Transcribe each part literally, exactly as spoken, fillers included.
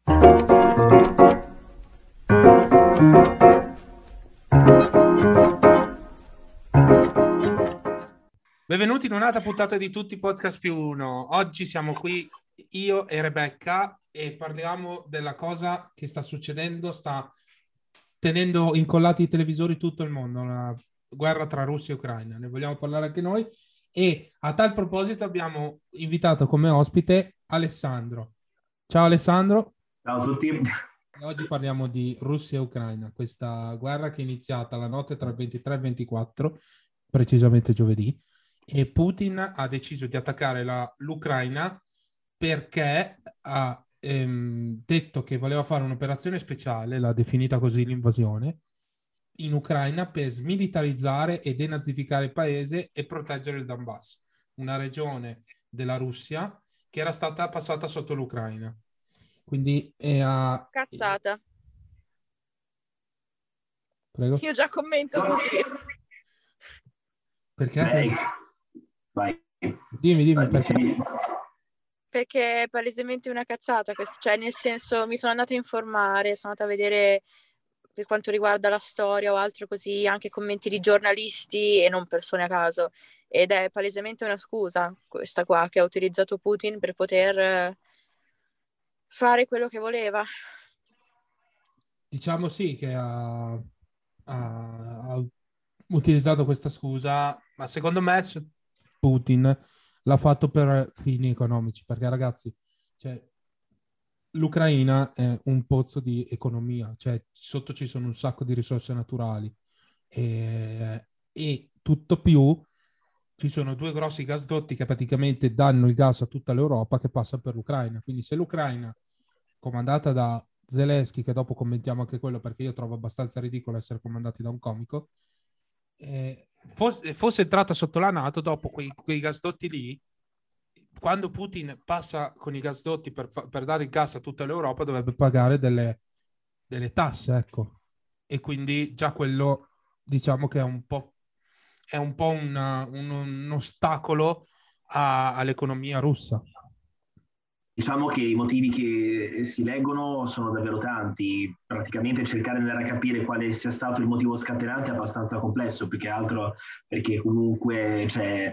Benvenuti in un'altra puntata di Tutti Podcast più uno. Oggi siamo qui io e Rebecca e parliamo della cosa che sta succedendo, sta tenendo incollati i televisori tutto il mondo, la guerra tra Russia e Ucraina. Ne vogliamo parlare anche noi e a tal proposito abbiamo invitato come ospite Alessandro. Ciao Alessandro. Ciao a tutti. Oggi parliamo di Russia e Ucraina, questa guerra che è iniziata la notte tra il ventitré e il ventiquattro, precisamente giovedì, e Putin ha deciso di attaccare la, l'Ucraina perché ha ehm, detto che voleva fare un'operazione speciale, l'ha definita così l'invasione, in Ucraina per smilitarizzare e denazificare il paese e proteggere il Donbass, una regione della Russia che era stata passata sotto l'Ucraina. Quindi è a... Cazzata. Prego. Io già commento così. Perché? Lei... Vai. Dimmi, dimmi, Vai, perché? dimmi. Perché è palesemente una cazzata, questo. Cioè nel senso mi sono andata a informare, sono andata a vedere per quanto riguarda la storia o altro così, anche commenti di giornalisti e non persone a caso, ed è palesemente una scusa questa qua che ha utilizzato Putin per poter fare quello che voleva. Diciamo sì che ha, ha, ha utilizzato questa scusa, ma secondo me Putin l'ha fatto per fini economici, perché ragazzi, cioè, l'Ucraina è un pozzo di economia, cioè sotto ci sono un sacco di risorse naturali e, e tutto più ci sono due grossi gasdotti che praticamente danno il gas a tutta l'Europa che passa per l'Ucraina. Quindi se l'Ucraina, comandata da Zelensky, che dopo commentiamo anche quello perché io trovo abbastanza ridicolo essere comandati da un comico, eh, fosse, fosse entrata sotto la NATO dopo quei, quei gasdotti lì, quando Putin passa con i gasdotti per, per dare il gas a tutta l'Europa dovrebbe pagare delle, delle tasse, ecco. E quindi già quello diciamo che è un po', è un, po una, un, un ostacolo a, all'economia russa. Diciamo che i motivi che si leggono sono davvero tanti. Praticamente cercare di andare a capire quale sia stato il motivo scatenante è abbastanza complesso, più che altro perché comunque c'è,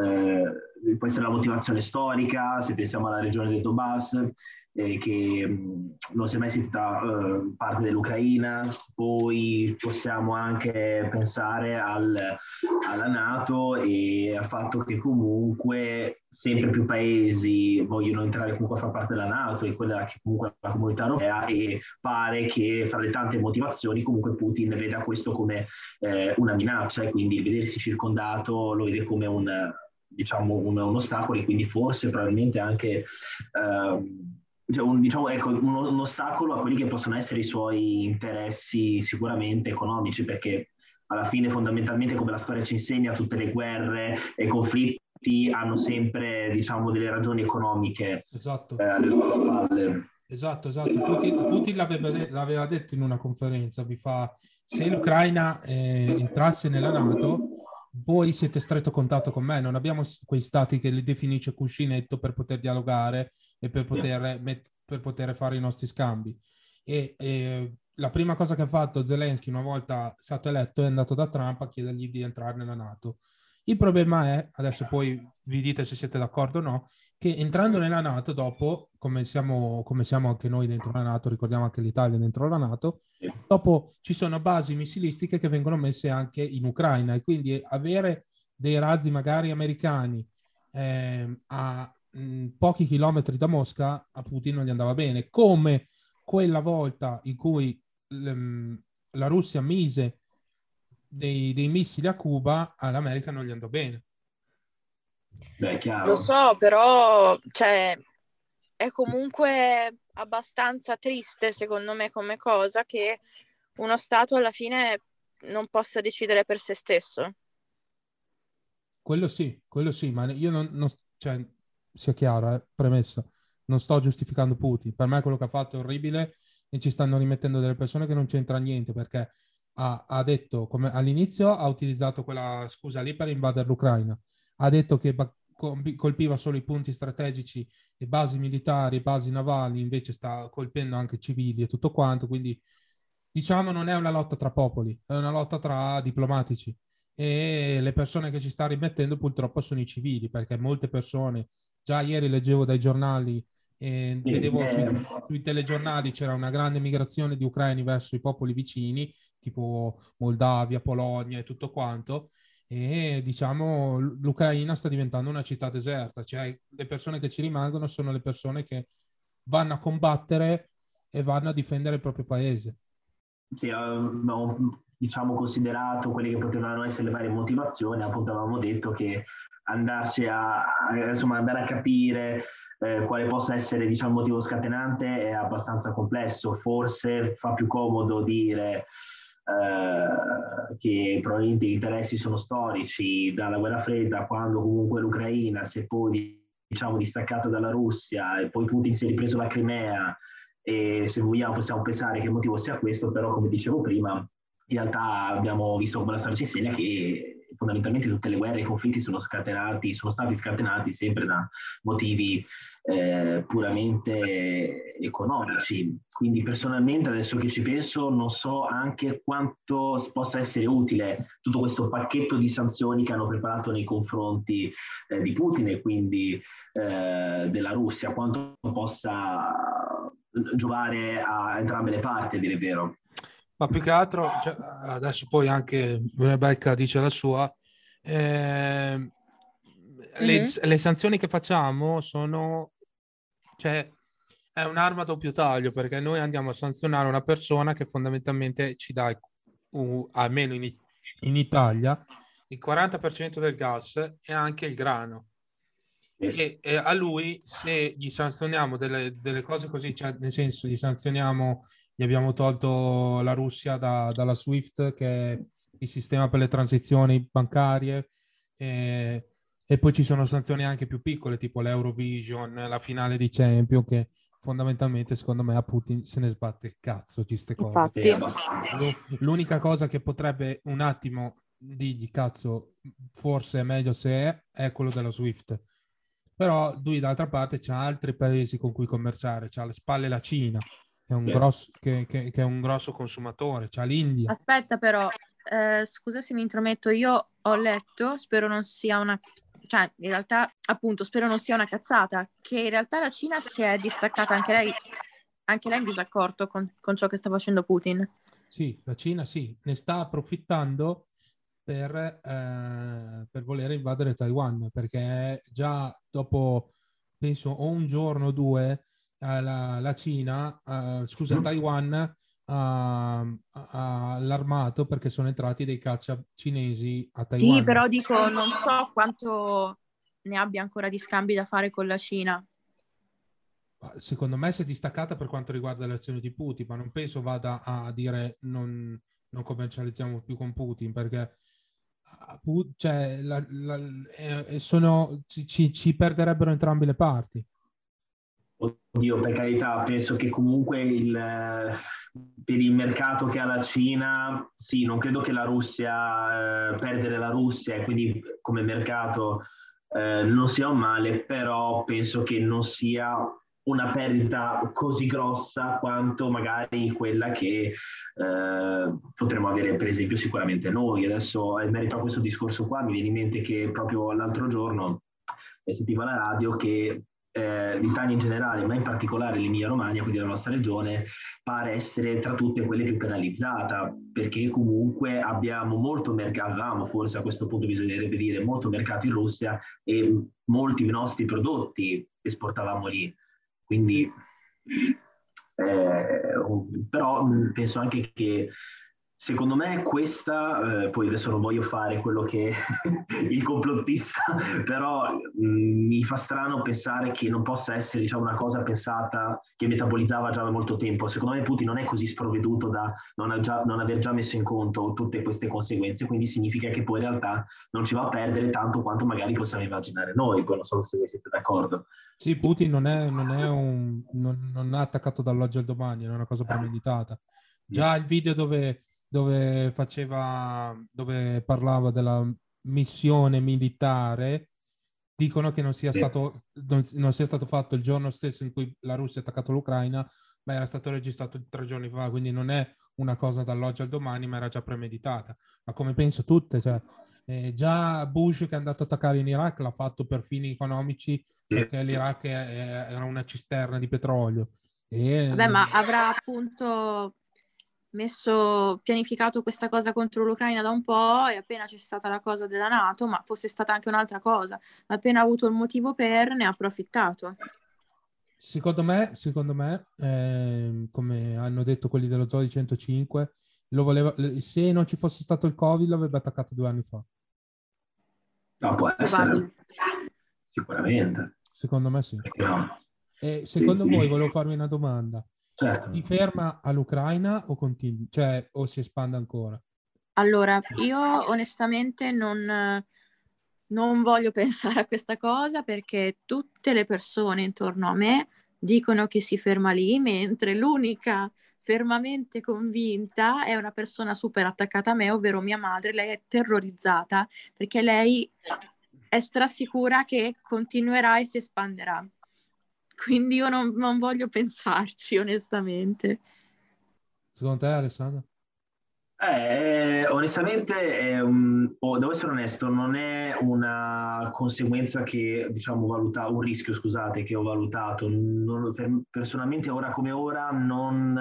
eh, può essere la motivazione storica, se pensiamo alla regione del Donbass, eh, che mh, non si è mai sentita eh, parte dell'Ucraina. Poi possiamo anche pensare al, alla NATO e al fatto che comunque sempre più paesi vogliono entrare comunque a far parte della NATO e quella che comunque è la comunità europea, e pare che fra le tante motivazioni comunque Putin veda questo come eh, una minaccia, e quindi il vedersi circondato lo vede come un, diciamo, un, un ostacolo, e quindi forse probabilmente anche ehm, cioè un, diciamo, ecco, un, un ostacolo a quelli che possono essere i suoi interessi sicuramente economici, perché alla fine fondamentalmente, come la storia ci insegna, tutte le guerre e i conflitti hanno sempre, diciamo, delle ragioni economiche. Esatto. Eh, alle loro spalle. Esatto, esatto. Putin, Putin l'aveva, de- l'aveva detto in una conferenza, vi fa, se l'Ucraina eh, entrasse nella NATO, voi siete a stretto contatto con me, non abbiamo quei stati che li definisce cuscinetto per poter dialogare e per poter, met- per poter fare i nostri scambi. E, e la prima cosa che ha fatto Zelensky una volta stato eletto è andato da Trump a chiedergli di entrare nella NATO. Il problema è, adesso poi vi dite se siete d'accordo o no, che entrando nella NATO dopo, come siamo, come siamo anche noi dentro la NATO, ricordiamo anche l'Italia dentro la NATO, dopo ci sono basi missilistiche che vengono messe anche in Ucraina, e quindi avere dei razzi magari americani eh, a mh, pochi chilometri da Mosca a Putin non gli andava bene, come quella volta in cui l- la Russia mise dei, dei missili a Cuba, all'America non gli andò bene. Beh, è chiaro. Lo so, però cioè, è comunque abbastanza triste secondo me come cosa che uno Stato alla fine non possa decidere per se stesso. Quello sì, quello sì, ma io non, non cioè, sia chiaro, eh, premessa, non sto giustificando Putin. Per me quello che ha fatto è orribile e ci stanno rimettendo delle persone che non c'entra niente, perché ha, ha detto, come all'inizio ha utilizzato quella scusa lì per invadere l'Ucraina, ha detto che ba- colpiva solo i punti strategici e basi militari, basi navali, invece sta colpendo anche civili e tutto quanto, quindi diciamo non è una lotta tra popoli, è una lotta tra diplomatici e le persone che ci sta rimettendo purtroppo sono i civili, perché molte persone, già ieri leggevo dai giornali e Sì, vedevo sui, eh, sui telegiornali c'era una grande migrazione di ucraini verso i popoli vicini, tipo Moldavia, Polonia e tutto quanto, e diciamo l'Ucraina sta diventando una città deserta, cioè le persone che ci rimangono sono le persone che vanno a combattere e vanno a difendere il proprio paese. sì, abbiamo diciamo considerato quelle che potevano essere le varie motivazioni, appunto avevamo detto che andarci a, a insomma andare a capire eh, quale possa essere diciamo il motivo scatenante è abbastanza complesso, forse fa più comodo dire eh, che probabilmente gli interessi sono storici dalla guerra fredda, quando comunque l'Ucraina si è poi diciamo distaccata dalla Russia e poi Putin si è ripreso la Crimea, e se vogliamo possiamo pensare che il motivo sia questo, però come dicevo prima, in realtà abbiamo visto come la storia ci insegna che fondamentalmente tutte le guerre e i conflitti sono scatenati, sono stati scatenati sempre da motivi eh, puramente economici. Quindi personalmente adesso che ci penso non so anche quanto possa essere utile tutto questo pacchetto di sanzioni che hanno preparato nei confronti eh, di Putin e quindi eh, della Russia, quanto possa giocare a entrambe le parti, a dire il vero. Ma più che altro, cioè, adesso poi anche Rebecca dice la sua, eh, le, Mhm. le sanzioni che facciamo sono, cioè, è un'arma a doppio taglio, perché noi andiamo a sanzionare una persona che fondamentalmente ci dà, uh, almeno in, in Italia, il quaranta per cento del gas e anche il grano. E, e a lui, se gli sanzioniamo delle, delle cose così, cioè nel senso gli sanzioniamo, gli abbiamo tolto la Russia da, dalla SWIFT, che è il sistema per le transizioni bancarie, e, e poi ci sono sanzioni anche più piccole, tipo l'Eurovision, la finale di Champions, che fondamentalmente secondo me a Putin se ne sbatte il cazzo di queste cose. Infatti. L'unica cosa che potrebbe un attimo dirgli cazzo, forse è meglio se è, è quello dello SWIFT. Però lui d'altra parte c'ha altri paesi con cui commerciare, c'ha alle spalle la Cina, che è un, Sì. grosso, che, che, che è un grosso consumatore, c'ha l'India. Aspetta però, eh, scusa se mi intrometto, io ho letto, spero non sia una, cioè in realtà appunto spero non sia una cazzata, che in realtà la Cina si è distaccata anche lei, anche lei in disaccordo con, con ciò che sta facendo Putin. Sì, la Cina sì, ne sta approfittando per, eh, per voler invadere Taiwan, perché già dopo, penso, o un giorno o due, eh, la, la Cina, eh, scusa, Taiwan ha, ha allarmato perché sono entrati dei caccia cinesi a Sì, Taiwan. però dico, non so quanto ne abbia ancora di scambi da fare con la Cina. Secondo me si è distaccata per quanto riguarda le azioni di Putin, ma non penso vada a dire non, non commercializziamo più con Putin, perché cioè, la, la, eh, sono, ci, ci perderebbero entrambe le parti. Oddio, per carità, penso che comunque il, per il mercato che ha la Cina, sì, non credo che la Russia, eh, perdere la Russia e quindi come mercato eh, non sia un male, però penso che non sia una perdita così grossa quanto magari quella che eh, potremmo avere per esempio sicuramente noi. Adesso in merito a questo discorso qua mi viene in mente che proprio l'altro giorno eh, sentivo alla radio che eh, l'Italia in generale, ma in particolare l'Emilia Romagna, quindi la nostra regione, pare essere tra tutte quelle più penalizzata, perché comunque abbiamo molto mercato, avevamo forse a questo punto bisognerebbe dire molto mercato in Russia e molti nostri prodotti esportavamo lì. Quindi, eh, però penso anche che secondo me questa, eh, poi adesso non voglio fare quello che il complottista, però mh, mi fa strano pensare che non possa essere diciamo, una cosa pensata che metabolizzava già da molto tempo. Secondo me Putin non è così sprovveduto da non, già, non aver già messo in conto tutte queste conseguenze, quindi significa che poi in realtà non ci va a perdere tanto quanto magari possiamo immaginare noi, poi non so se voi siete d'accordo. Sì, Putin non è, non è un non, non è attaccato dall'oggi al domani, è una cosa premeditata. Già il video dove, dove faceva, dove parlava della missione militare, dicono che non sia stato, non, non sia stato fatto il giorno stesso in cui la Russia ha attaccato l'Ucraina, ma era stato registrato tre giorni fa, quindi non è una cosa dall'oggi al domani, ma era già premeditata. Ma come penso tutte, cioè, eh, già Bush che è andato a attaccare in Iraq l'ha fatto per fini economici, perché l'Iraq è, è, era una cisterna di petrolio. E... Vabbè, ma avrà appunto messo, pianificato questa cosa contro l'Ucraina da un po', e appena c'è stata la cosa della NATO, ma fosse stata anche un'altra cosa, appena ha avuto il motivo per, ne ha approfittato. Secondo me, secondo me eh, come hanno detto quelli dello Zoo di centocinque, lo voleva, se non ci fosse stato il Covid l'avrebbe attaccato due anni fa. No, può essere. Sicuramente. Secondo me sì. No? E secondo sì, voi, sì. volevo farvi una domanda. Certo. Si ferma all'Ucraina o continua? Cioè, o si espande ancora? Allora, io onestamente non, non voglio pensare a questa cosa, perché tutte le persone intorno a me dicono che si ferma lì, mentre l'unica fermamente convinta è una persona super attaccata a me, ovvero mia madre. Lei è terrorizzata perché lei è strasicura che continuerà e si espanderà. Quindi io non, non voglio pensarci, onestamente. Secondo te, Alessandro? Eh, onestamente, è un- oh, devo essere onesto, non è una conseguenza che, diciamo, valuta, un rischio, scusate, che ho valutato. Non- per- personalmente, ora come ora, non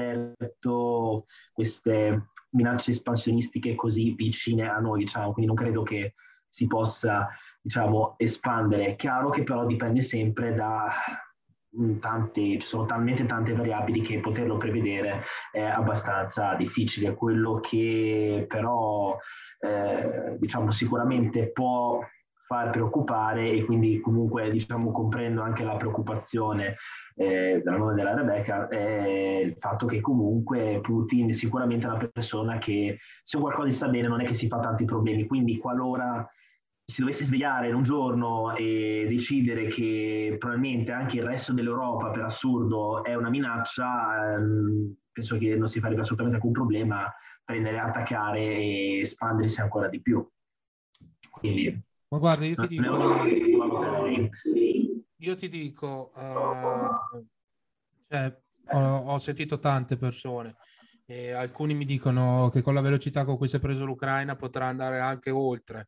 avverto queste minacce espansionistiche così vicine a noi, diciamo, quindi non credo che si possa, diciamo, espandere. È chiaro che però dipende sempre da mh, tante, ci sono talmente tante variabili che poterlo prevedere è abbastanza difficile. Quello che però eh, diciamo sicuramente può far preoccupare, e quindi comunque diciamo comprendo anche la preoccupazione eh, della nonna della Rebecca, è il fatto che comunque Putin sicuramente è una persona che, se qualcosa gli sta bene, non è che si fa tanti problemi, quindi qualora si dovesse svegliare in un giorno e decidere che probabilmente anche il resto dell'Europa, per assurdo, è una minaccia, ehm, penso che non si farebbe assolutamente alcun problema prendere, attaccare e espandersi ancora di più. Quindi, ma guarda, io ti dico, eh, io ti dico, uh, cioè, ho, ho sentito tante persone, e alcuni mi dicono che con la velocità con cui si è preso l'Ucraina potrà andare anche oltre.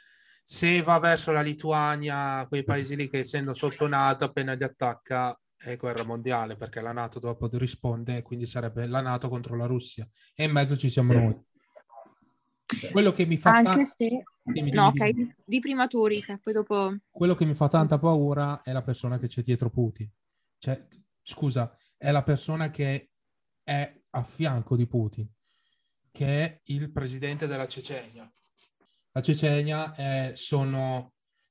Se va verso la Lituania, quei paesi lì che essendo sotto NATO, appena li attacca è guerra mondiale, perché la NATO dopo risponde, quindi sarebbe la NATO contro la Russia, e in mezzo ci siamo noi. Quello che mi fa Anche ta- se... dimmi, No, dimmi, ok, dimmi. di prima tu, Rica, poi dopo... Quello che mi fa tanta paura è la persona che c'è dietro Putin. Cioè, scusa, è la persona che è a fianco di Putin, che è il presidente della Cecenia. La Cecenia è, sono,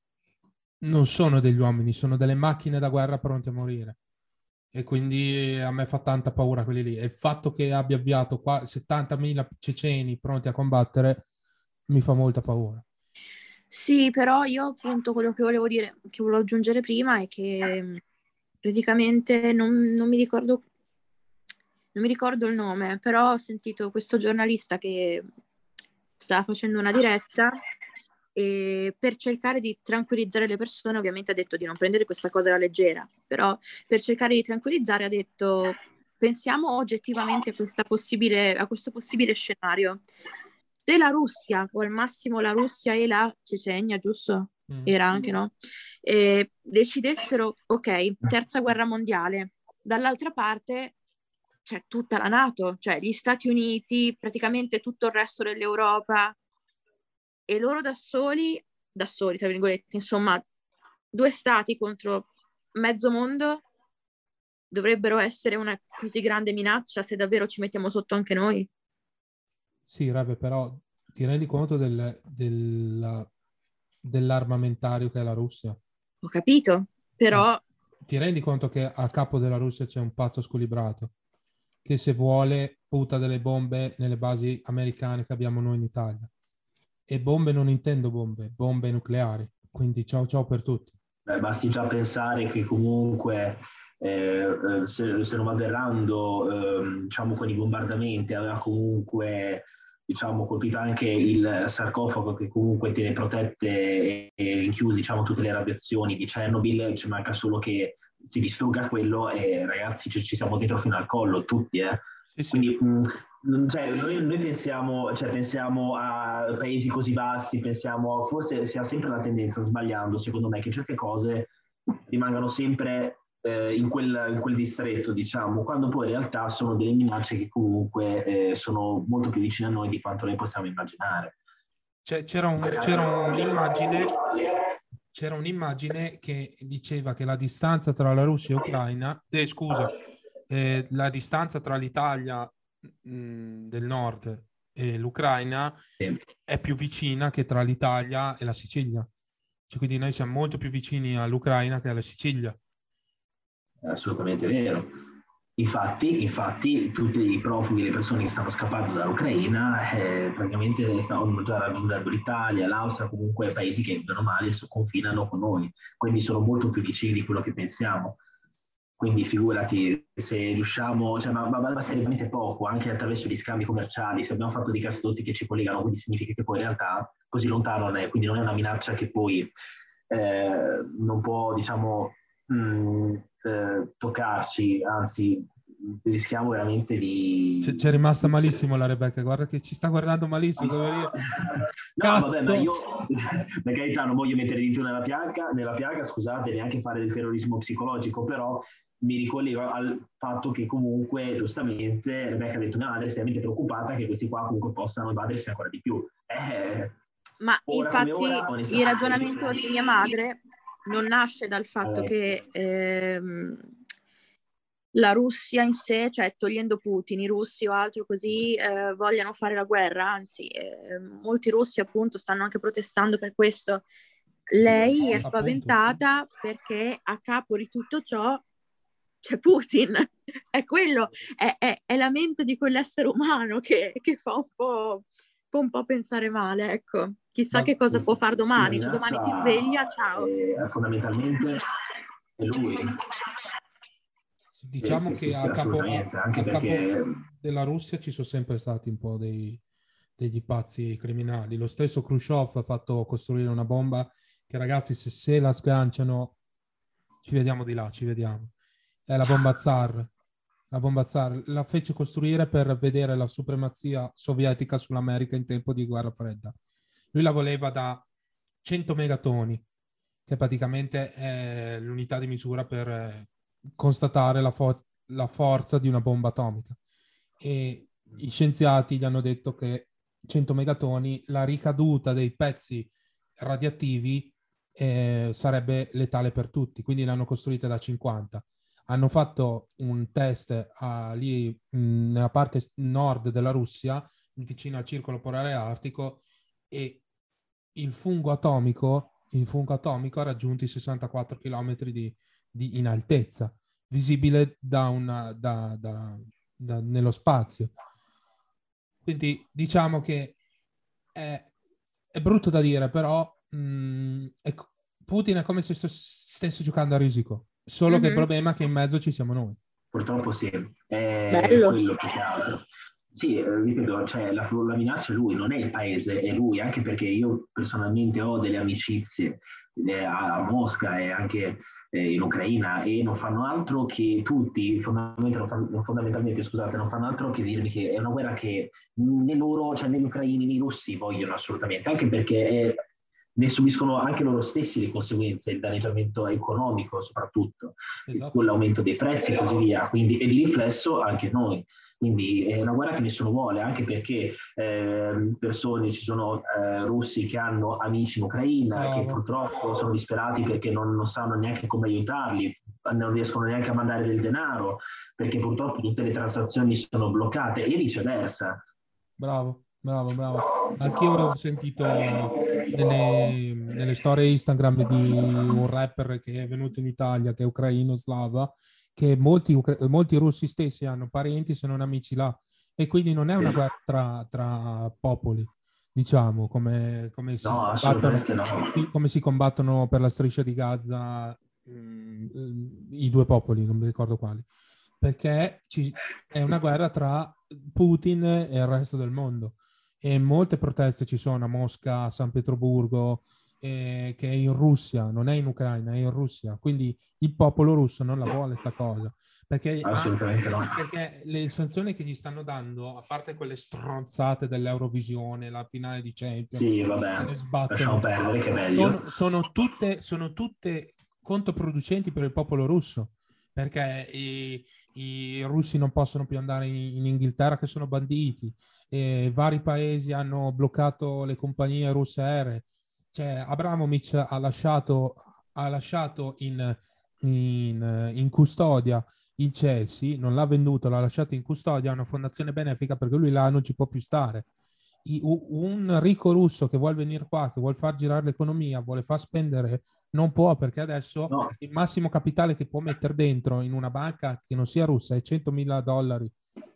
non sono degli uomini, sono delle macchine da guerra pronte a morire. E quindi a me fa tanta paura quelli lì. E il fatto che abbia avviato qua settantamila ceceni pronti a combattere mi fa molta paura. Sì, però io appunto quello che volevo dire, che volevo aggiungere prima, è che praticamente non, non mi ricordo, non mi ricordo il nome, però ho sentito questo giornalista che stava facendo una diretta e per cercare di tranquillizzare le persone, ovviamente ha detto di non prendere questa cosa alla leggera, però per cercare di tranquillizzare ha detto: pensiamo oggettivamente a, questa possibile, a questo possibile scenario. Se la Russia, o al massimo la Russia e la Cecenia, giusto? Mm. Era anche, no? E decidessero, ok, terza guerra mondiale, dall'altra parte c'è tutta la NATO, cioè gli Stati Uniti, praticamente tutto il resto dell'Europa, e loro da soli, da soli, tra virgolette, insomma, due stati contro mezzo mondo dovrebbero essere una così grande minaccia se davvero ci mettiamo sotto anche noi? Sì, Rebe, però ti rendi conto del, del, dell'armamentario che è la Russia? Ho capito, però... Cioè, ti rendi conto che a capo della Russia c'è un pazzo squilibrato che, se vuole, butta delle bombe nelle basi americane che abbiamo noi in Italia. E bombe non intendo bombe, bombe nucleari. Quindi ciao ciao per tutti. Beh, basti già pensare che comunque eh, se, se non vado errando, eh, diciamo con i bombardamenti aveva comunque diciamo, colpito anche il sarcofago che comunque tiene protette e rinchiuse, diciamo, tutte le radiazioni di Chernobyl, ci manca solo che si distrugga quello e ragazzi ci, ci siamo dietro fino al collo, tutti, eh. Sì, sì. Quindi mh, cioè, noi, noi pensiamo, cioè, pensiamo a paesi così vasti, pensiamo, forse si ha sempre la tendenza, sbagliando, secondo me, che certe cose rimangano sempre eh, in, quel, in quel distretto, diciamo, quando poi in realtà sono delle minacce che comunque eh, sono molto più vicine a noi di quanto noi possiamo immaginare. Cioè, c'era, un, c'era un'immagine c'era un'immagine che diceva che la distanza tra la Russia e l'Ucraina, eh, scusa, eh, la distanza tra l'Italia mh, del nord e l'Ucraina Sì. è più vicina che tra l'Italia e la Sicilia. Cioè, quindi noi siamo molto più vicini all'Ucraina che alla Sicilia. È assolutamente vero. Infatti, infatti, tutti i profughi, le persone che stanno scappando dall'Ucraina, eh, praticamente stanno già raggiungendo l'Italia, l'Austria, comunque paesi che, bene o male, confinano con noi, quindi sono molto più vicini di quello che pensiamo. Quindi figurati se riusciamo, cioè, ma, ma basta veramente poco, anche attraverso gli scambi commerciali, se abbiamo fatto dei gasdotti che ci collegano, quindi significa che poi in realtà così lontano non è, quindi non è una minaccia che poi eh, non può, diciamo, mh, eh, toccarci, anzi rischiamo veramente di... C'è, c'è rimasta malissimo la Rebecca, guarda che ci sta guardando malissimo. Devo dire. No, Cazzo! vabbè, ma io per carità non voglio mettere di giù nella piaga, nella piaga, scusate, neanche fare del terrorismo psicologico, però mi ricollego al fatto che comunque giustamente Rebecca ha detto mia madre è estremamente preoccupata che questi qua comunque possano invadersi ancora di più. Eh, Ma infatti ora, il ragionamento di mia madre non nasce dal fatto eh. che ehm, la Russia in sé, cioè togliendo Putin, i russi o altro così, eh, vogliano fare la guerra, anzi eh, molti russi appunto stanno anche protestando per questo. Lei è spaventata perché a capo di tutto ciò c'è Putin, è quello, è, è, è la mente di quell'essere umano che, che fa un po', fa un po' pensare male, ecco. Chissà Ma- che cosa può fare domani, cioè La domani ti minaccia sveglia, ciao. è, fondamentalmente è lui. Diciamo Sì, sì, che sì, a capo, a, assolutamente, anche a capo perché della Russia ci sono sempre stati un po' dei, degli pazzi criminali. Lo stesso Khrushchev ha fatto costruire una bomba che, ragazzi, se, se la sganciano, ci vediamo di là, ci vediamo. È la bomba Tsar. La bomba Tsar la fece costruire per vedere la supremazia sovietica sull'America in tempo di guerra fredda. Lui la voleva da cento megatoni, che praticamente è l'unità di misura per eh, constatare la, fo- la forza di una bomba atomica. E gli scienziati gli hanno detto che cento megatoni, la ricaduta dei pezzi radioattivi eh, sarebbe letale per tutti, quindi l'hanno costruita da cinquanta. Hanno fatto un test a, lì mh, nella parte nord della Russia, vicino al circolo polare artico, e il fungo atomico, il fungo atomico ha raggiunto i sessantaquattro chilometri di, di, in altezza, visibile da una, da, da, da, nello spazio. Quindi diciamo che è, è brutto da dire, però mh, è, Putin è come se stesse giocando a risico, solo mm-hmm. che il problema è che in mezzo ci siamo noi. Purtroppo sì, è Bello. quello più che altro. Sì, eh, ripeto, cioè, la, la minaccia è lui, non è il paese, è lui, anche perché io personalmente ho delle amicizie eh, a Mosca e anche eh, in Ucraina e non fanno altro che tutti, fondamentalmente, non fanno, fondamentalmente, scusate, non fanno altro che dirmi che è una guerra che né loro, cioè né gli ucraini né i russi vogliono assolutamente, anche perché è, ne subiscono anche loro stessi le conseguenze, il danneggiamento economico soprattutto, esatto. Con l'aumento dei prezzi e così via, quindi, e di riflesso anche noi. Quindi è una guerra che nessuno vuole, anche perché eh, persone, ci sono eh, russi che hanno amici in Ucraina, Bravo. Che purtroppo sono disperati perché non, non sanno neanche come aiutarli, non riescono neanche a mandare del denaro, perché purtroppo tutte le transazioni sono bloccate e viceversa. Bravo. Bravo, bravo. Anch'io avevo sentito nelle, nelle storie Instagram di un rapper che è venuto in Italia, che è ucraino, slava, che molti, molti russi stessi hanno parenti, se non amici là. E quindi non è una guerra tra, tra popoli, diciamo, come, come, si no, combattono, no. come si combattono per la striscia di Gaza mh, i due popoli, non mi ricordo quali. Perché ci, è una guerra tra Putin e il resto del mondo. e molte proteste ci sono a Mosca, a San Pietroburgo, eh, che è in Russia, non è in Ucraina, è in Russia. Quindi il popolo russo non la vuole sta cosa. Perché, Assolutamente no. perché le sanzioni che gli stanno dando, a parte quelle stronzate dell'Eurovisione, la finale di Champions, sì, se ne vabbè, lasciamo sbattono, perdere che è meglio. sono, sono, tutte, sono tutte controproducenti per il popolo russo, perché i, i russi non possono più andare in, in Inghilterra, che sono banditi, e vari paesi hanno bloccato le compagnie russe aeree. Cioè, Abramovich ha lasciato, ha lasciato in, in, in custodia il Chelsea, non l'ha venduto, l'ha lasciato in custodia a una fondazione benefica perché lui là non ci può più stare. I, un ricco russo che vuole venire qua, che vuole far girare l'economia, vuole far spendere, non può, perché adesso No. il massimo capitale che può mettere dentro in una banca che non sia russa è centomila dollari.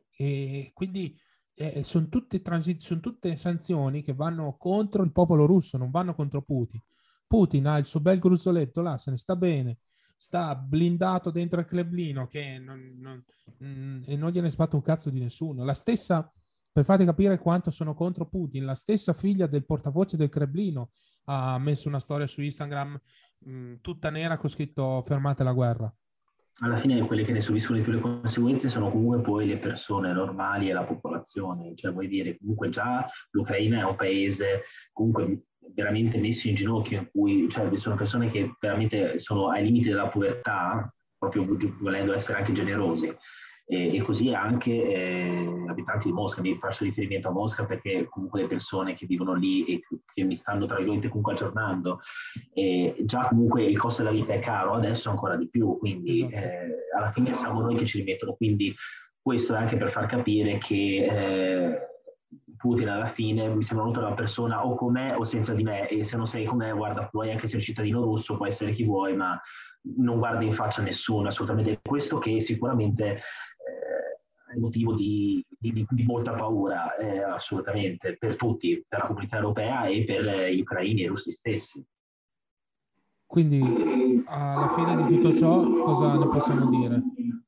E quindi eh, sono tutte, transi- son tutte sanzioni che vanno contro il popolo russo, non vanno contro Putin. Putin ha il suo bel gruzzoletto là, se ne sta bene, sta blindato dentro il Cremlino che non, non, mh, e non gliene sbatte un cazzo di nessuno. La stessa, per farti capire quanto sono contro Putin, la stessa figlia del portavoce del Cremlino ha messo una storia su Instagram mh, tutta nera con scritto fermate la guerra. Alla fine quelle che ne subiscono di più le conseguenze sono comunque poi le persone normali e la popolazione, cioè vuol dire comunque già l'Ucraina è un paese comunque veramente messo in ginocchio, in cui cioè, sono persone che veramente sono ai limiti della povertà, proprio volendo essere anche generosi. E, e così anche eh, abitanti di Mosca, mi faccio riferimento a Mosca perché comunque le persone che vivono lì e che mi stanno tra virgolette comunque aggiornando, e già comunque il costo della vita è caro, adesso ancora di più, quindi Esatto. eh, alla fine siamo noi che ci rimettono, quindi questo è anche per far capire che eh, Putin alla fine mi sembra molto una persona o con me o senza di me, e se non sei con me, guarda, puoi anche essere cittadino russo, puoi essere chi vuoi, ma non guarda in faccia a nessuno, assolutamente. Questo che sicuramente eh, è motivo di, di, di molta paura, eh, assolutamente, per tutti, per la comunità europea e per eh, gli ucraini e i russi stessi. Quindi alla fine di tutto ciò cosa ne possiamo dire?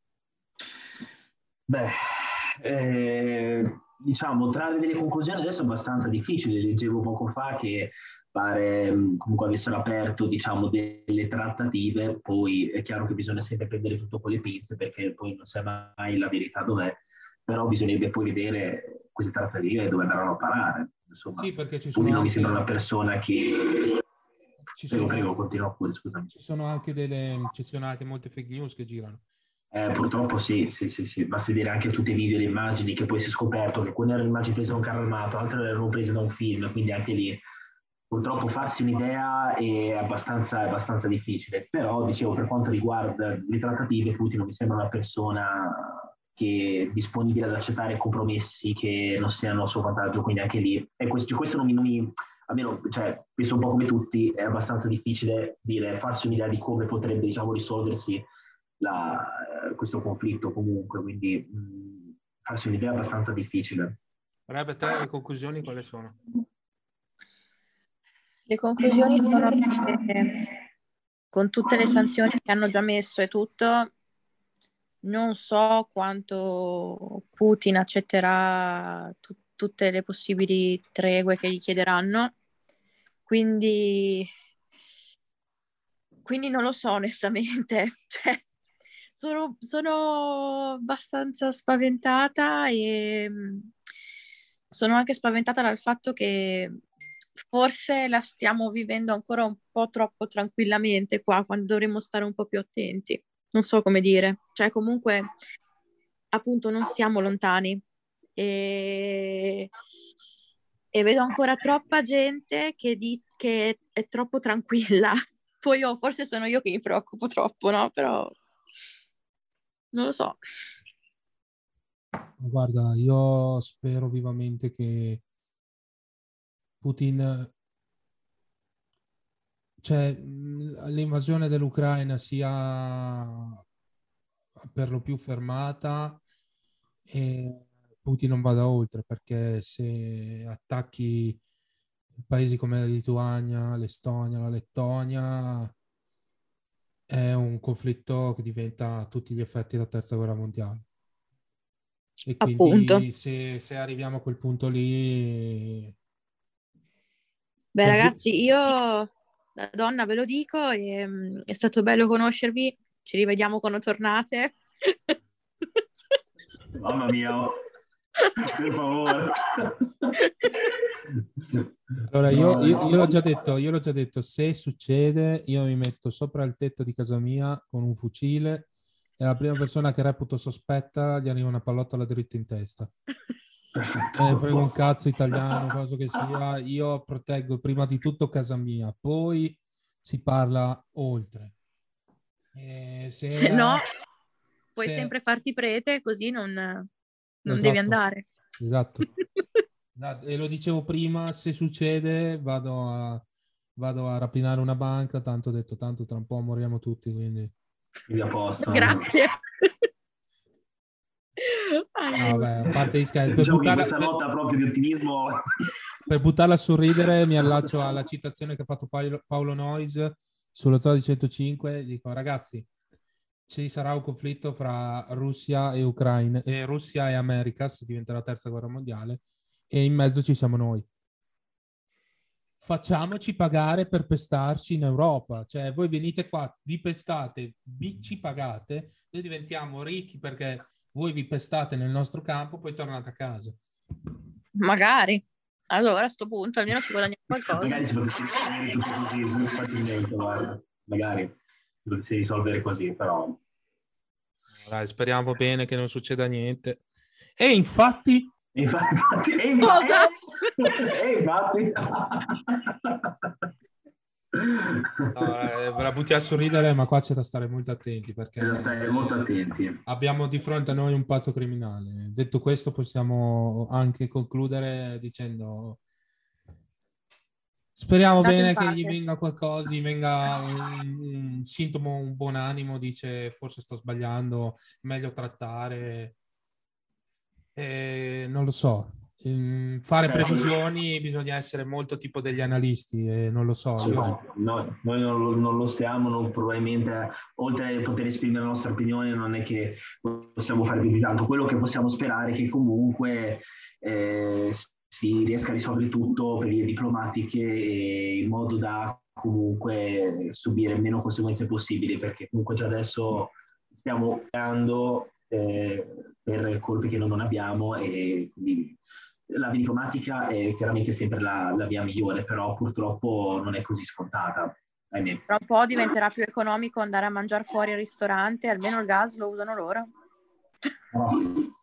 Beh, eh, diciamo, trarre delle conclusioni adesso è abbastanza difficile. Leggevo poco fa che pare mh, comunque avessero aperto, diciamo, delle trattative, poi è chiaro che bisogna sempre prendere tutto con le pinze perché poi non sa mai la verità dov'è, però bisognerebbe poi vedere queste trattative dove andranno a parare. Insomma, Sì, perché ci sono Putin non mi sembra una anche, persona che... ci Prego, prego, sono, continua pure, scusami. ci sono anche delle, ci sono anche molte fake news che girano. Eh, purtroppo sì, sì, sì, sì, basta vedere anche tutti i video e le immagini che poi si è scoperto che alcune erano immagini prese da un carro armato, altre erano prese da un film, quindi anche lì purtroppo Sì. farsi un'idea è abbastanza, è abbastanza difficile, però dicevo per quanto riguarda le trattative Putin non mi sembra una persona che è disponibile ad accettare compromessi che non siano a suo vantaggio, quindi anche lì, e questo, questo non mi, non mi almeno, cioè, penso un po' come tutti, è abbastanza difficile dire, farsi un'idea di come potrebbe, diciamo, risolversi la, eh, questo conflitto comunque, quindi mh, farsi un'idea è abbastanza difficile. Rebe, te le conclusioni quali sono? Le conclusioni sono che con tutte le sanzioni che hanno già messo e tutto, non so quanto Putin accetterà tu- tutte le possibili tregue che gli chiederanno, quindi, quindi non lo so onestamente. Cioè, sono, sono abbastanza spaventata e mh, sono anche spaventata dal fatto che forse la stiamo vivendo ancora un po' troppo tranquillamente qua, quando dovremmo stare un po' più attenti. Non so come dire, cioè comunque appunto non siamo lontani e, e vedo ancora troppa gente che, di, che è troppo tranquilla. Poi io, forse sono io che mi preoccupo troppo, no? Però non lo so. Guarda, io spero vivamente che Putin, cioè mh, l'invasione dell'Ucraina sia per lo più fermata e Putin non vada oltre, perché se attacchi paesi come la Lituania, l'Estonia, la Lettonia, è un conflitto che diventa a tutti gli effetti la terza guerra mondiale. E Appunto. quindi se, se arriviamo a quel punto lì... Beh, per bu- ragazzi, io da donna ve lo dico, e, mm, è stato bello conoscervi. Ci rivediamo quando tornate. Mamma mia, oh, per favore. Allora, io, No, io- io l'ho no. già detto, io l'ho già detto, se succede, io mi metto sopra il tetto di casa mia con un fucile e la prima persona che reputo sospetta gli arriva una pallottola dritta in testa. Me ne frega un Perfetto. cazzo italiano, cosa che sia, io proteggo prima di tutto casa mia, poi si parla oltre. E se, Se no, puoi se- sempre farti prete, così non, non devi esatto, andare. esatto. Esatto, e lo dicevo prima, se succede vado a, vado a rapinare una banca, tanto ho detto, tanto tra un po' moriamo tutti, quindi... Quindi a posto. Grazie. No, vabbè, a parte gli scherzi, per Diciamo che buttarla, questa per, nota proprio di ottimismo. per buttarla a sorridere mi allaccio alla citazione che ha fatto Paolo, Paolo Noyes sullo Zoo di centocinque, dico ragazzi, ci sarà un conflitto fra Russia e Ucraina, e Russia e Americas, diventerà la terza guerra mondiale, e in mezzo ci siamo noi. Facciamoci pagare per pestarci in Europa. Cioè, voi venite qua, vi pestate, vi, ci pagate, noi diventiamo ricchi perché voi vi pestate nel nostro campo, poi tornate a casa. Magari. Allora, a sto punto almeno ci guadagniamo qualcosa. Magari si potesse risolvere tutto così facilmente, guarda. Magari si potesse risolvere così, però... Dai, speriamo bene che non succeda niente. E infatti... E infatti... E infatti... Cosa? E infatti... No, eh, ve la butti a sorridere, ma qua c'è da stare molto attenti perché Bisogna stare molto attenti. abbiamo di fronte a noi un pazzo criminale. Detto questo, possiamo anche concludere dicendo speriamo State in bene che gli pace. venga qualcosa, gli venga un, un sintomo, un buon animo, dice forse sto sbagliando, meglio trattare. Eh, non lo so. In fare Certo. previsioni bisogna essere molto tipo degli analisti e non lo so. Io... Noi, noi non, lo, non lo siamo, non, probabilmente oltre a poter esprimere la nostra opinione non è che possiamo fare più di tanto. Quello che possiamo sperare è che comunque eh, si riesca a risolvere tutto per vie diplomatiche e in modo da comunque subire meno conseguenze possibili, perché comunque già adesso stiamo creando eh, per colpe che noi non abbiamo e quindi la via diplomatica è chiaramente sempre la, la via migliore, però purtroppo non è così scontata. Ahimè. Tra un po' diventerà più economico andare a mangiare fuori al ristorante, almeno il gas lo usano loro. No.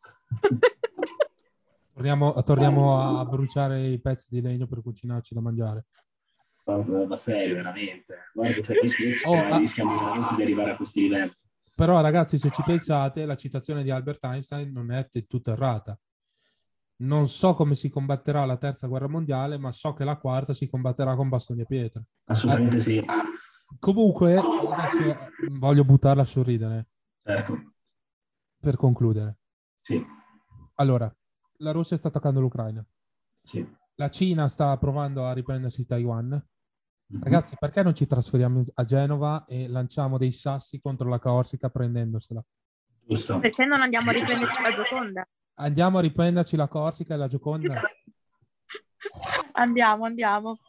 Torniamo, torniamo a bruciare i pezzi di legno per cucinarci da mangiare. Ma serio, veramente. Guarda, cioè, rischiamo, Oh, ah, rischiamo veramente di arrivare a questi livelli. però ragazzi, se ci pensate, la citazione di Albert Einstein non è del tutto errata. Non so come si combatterà la terza guerra mondiale, ma so che la quarta si combatterà con bastoni e pietre. Assolutamente Eh, sì. comunque, adesso voglio buttarla a sorridere. Certo. Per concludere. Sì. Allora, la Russia sta attaccando l'Ucraina. Sì. La Cina sta provando a riprendersi Taiwan. Mm-hmm. Ragazzi, perché non ci trasferiamo a Genova e lanciamo dei sassi contro la Corsica prendendosela? Giusto. Perché non andiamo a riprenderci la Gioconda? Andiamo a riprenderci la Corsica e la Gioconda? Andiamo, andiamo.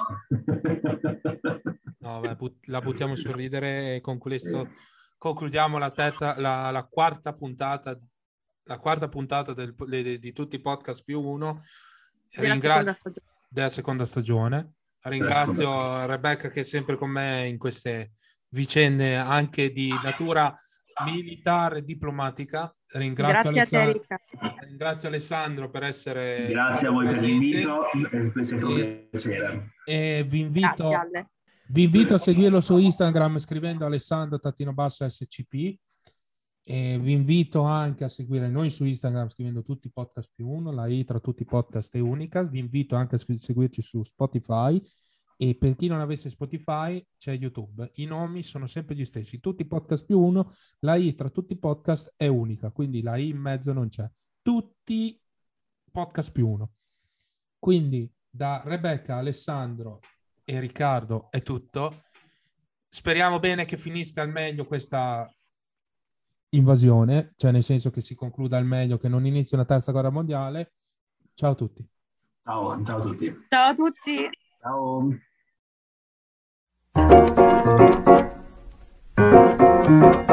No, beh, but- la buttiamo sul ridere e con questo concludiamo la terza, la, la quarta puntata, la quarta puntata del, de, di tutti i podcast più uno Della, Ringra- seconda stagione. della seconda stagione. Ringrazio Rebecca che è sempre con me in queste vicende anche di natura militare e diplomatica. Ringrazio, Grazie Alessand- a te, Ricca. ringrazio Alessandro per essere Grazie stato a voi presente. per l'invito, è sempre un e, piacere. e vi invito, Grazie, Ale. vi invito a seguirlo su Instagram scrivendo Alessandro Tattino Basso S C P. E vi invito anche a seguire noi su Instagram scrivendo tutti i podcast più uno, la I tra tutti i podcast è unica. Vi invito anche a seguirci su Spotify e per chi non avesse Spotify c'è YouTube. I nomi sono sempre gli stessi, tutti i podcast più uno, la I tra tutti i podcast è unica, quindi la I in mezzo non c'è. Tutti podcast più uno. Quindi da Rebecca, Alessandro e Riccardo è tutto. Speriamo bene che finisca al meglio questa invasione, cioè nel senso che si concluda al meglio, che non inizi una terza guerra mondiale. Ciao a tutti. Ciao, ciao a tutti. Ciao a tutti. Ciao.